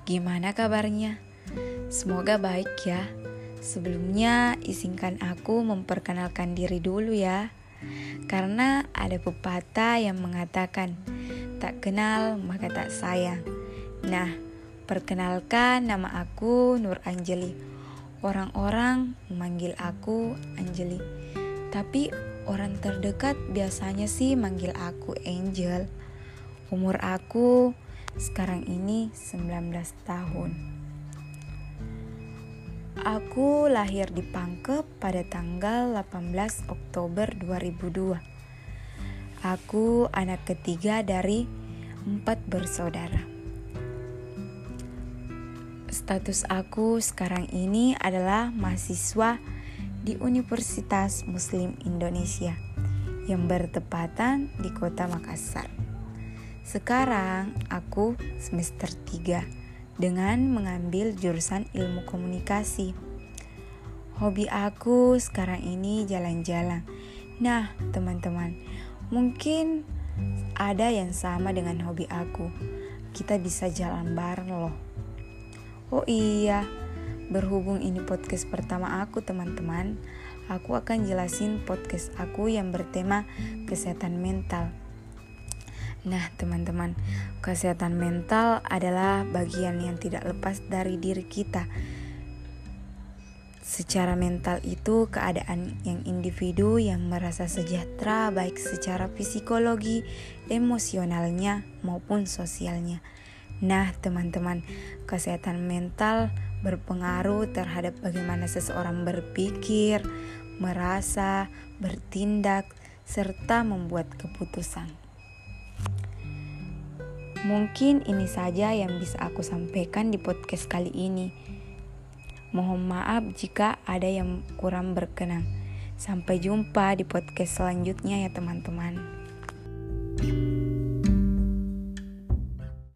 Gimana kabarnya? Semoga baik ya. Sebelumnya izinkan aku memperkenalkan diri dulu ya. Karena ada pepatah yang mengatakan, tak kenal maka tak sayang. Nah, perkenalkan, nama aku Nur Anjeli. Orang-orang memanggil aku Anjeli. Tapi orang terdekat biasanya sih manggil aku Angel. Umur aku sekarang ini 19 tahun. Aku lahir di Pangkep pada tanggal 18 Oktober 2002. Aku anak ketiga dari 4 bersaudara. Status aku sekarang ini adalah mahasiswa di Universitas Muslim Indonesia yang bertepatan di Kota Makassar. Sekarang aku semester 3 dengan mengambil jurusan ilmu komunikasi. Hobi aku sekarang ini jalan-jalan. Nah, teman-teman, mungkin ada yang sama dengan hobi aku. Kita bisa jalan bareng loh. Oh iya, berhubung ini podcast pertama aku, teman-teman, aku akan jelasin podcast aku yang bertema kesehatan mental. Nah, teman-teman, kesehatan mental adalah bagian yang tidak lepas dari diri kita. Secara mental itu keadaan yang individu yang merasa sejahtera baik secara psikologi, emosionalnya maupun sosialnya. Nah, teman-teman, kesehatan mental berpengaruh terhadap bagaimana seseorang berpikir, merasa, bertindak, serta membuat keputusan. Mungkin ini saja yang bisa aku sampaikan di podcast kali ini. Mohon maaf jika ada yang kurang berkenan. Sampai jumpa di podcast selanjutnya ya teman-teman.